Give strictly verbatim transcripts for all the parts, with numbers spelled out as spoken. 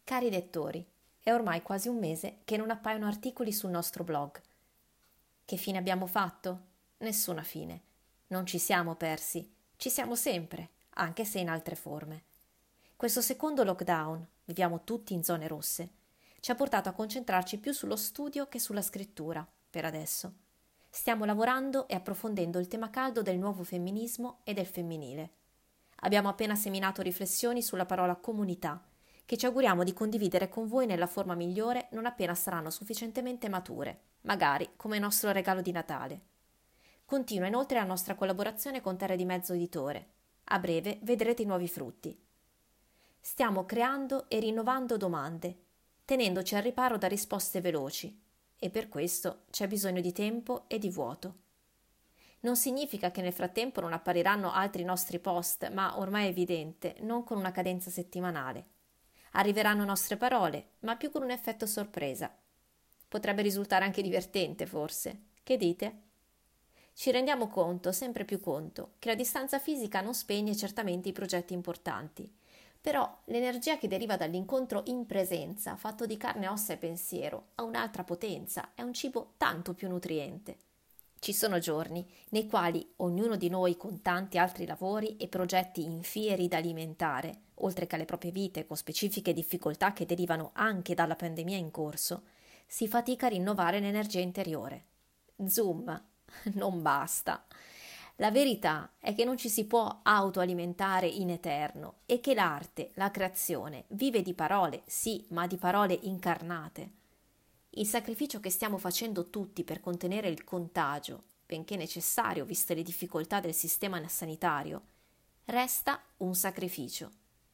Cari lettori, è ormai quasi un mese che non appaiono articoli sul nostro blog. Che fine abbiamo fatto? Nessuna fine. Non ci siamo persi, ci siamo sempre, anche se in altre forme. Questo secondo lockdown, viviamo tutti in zone rosse, ci ha portato a concentrarci più sullo studio che sulla scrittura, per adesso. Stiamo lavorando e approfondendo il tema caldo del nuovo femminismo e del femminile. Abbiamo appena seminato riflessioni sulla parola comunità, che ci auguriamo di condividere con voi nella forma migliore non appena saranno sufficientemente mature, magari come nostro regalo di Natale. Continua inoltre la nostra collaborazione con Terre di Mezzo Editore. A breve vedrete i nuovi frutti. Stiamo creando e rinnovando domande, tenendoci al riparo da risposte veloci, e per questo c'è bisogno di tempo e di vuoto. Non significa che nel frattempo non appariranno altri nostri post, ma ormai è evidente, non con una cadenza settimanale. Arriveranno nostre parole, ma più con un effetto sorpresa. Potrebbe risultare anche divertente, forse. Che dite? Ci rendiamo conto, sempre più conto, che la distanza fisica non spegne certamente i progetti importanti. Però l'energia che deriva dall'incontro in presenza, fatto di carne, ossa e pensiero, ha un'altra potenza, è un cibo tanto più nutriente. Ci sono giorni nei quali ognuno di noi, con tanti altri lavori e progetti infieri da alimentare, oltre che alle proprie vite con specifiche difficoltà che derivano anche dalla pandemia in corso, si fatica a rinnovare l'energia interiore. Zoom non basta. La verità è che non ci si può autoalimentare in eterno e che l'arte, la creazione, vive di parole, sì, ma di parole incarnate. Il sacrificio che stiamo facendo tutti per contenere il contagio, benché necessario viste le difficoltà del sistema sanitario, resta un sacrificio.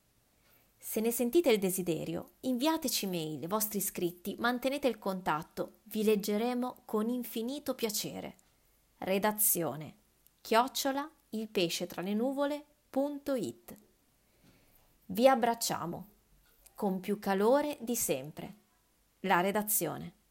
Se ne sentite il desiderio, inviateci mail, vostri iscritti, mantenete il contatto, vi leggeremo con infinito piacere. Redazione chiocciola il pesce tra le nuvole punto it. Vi abbracciamo con più calore di sempre. La redazione.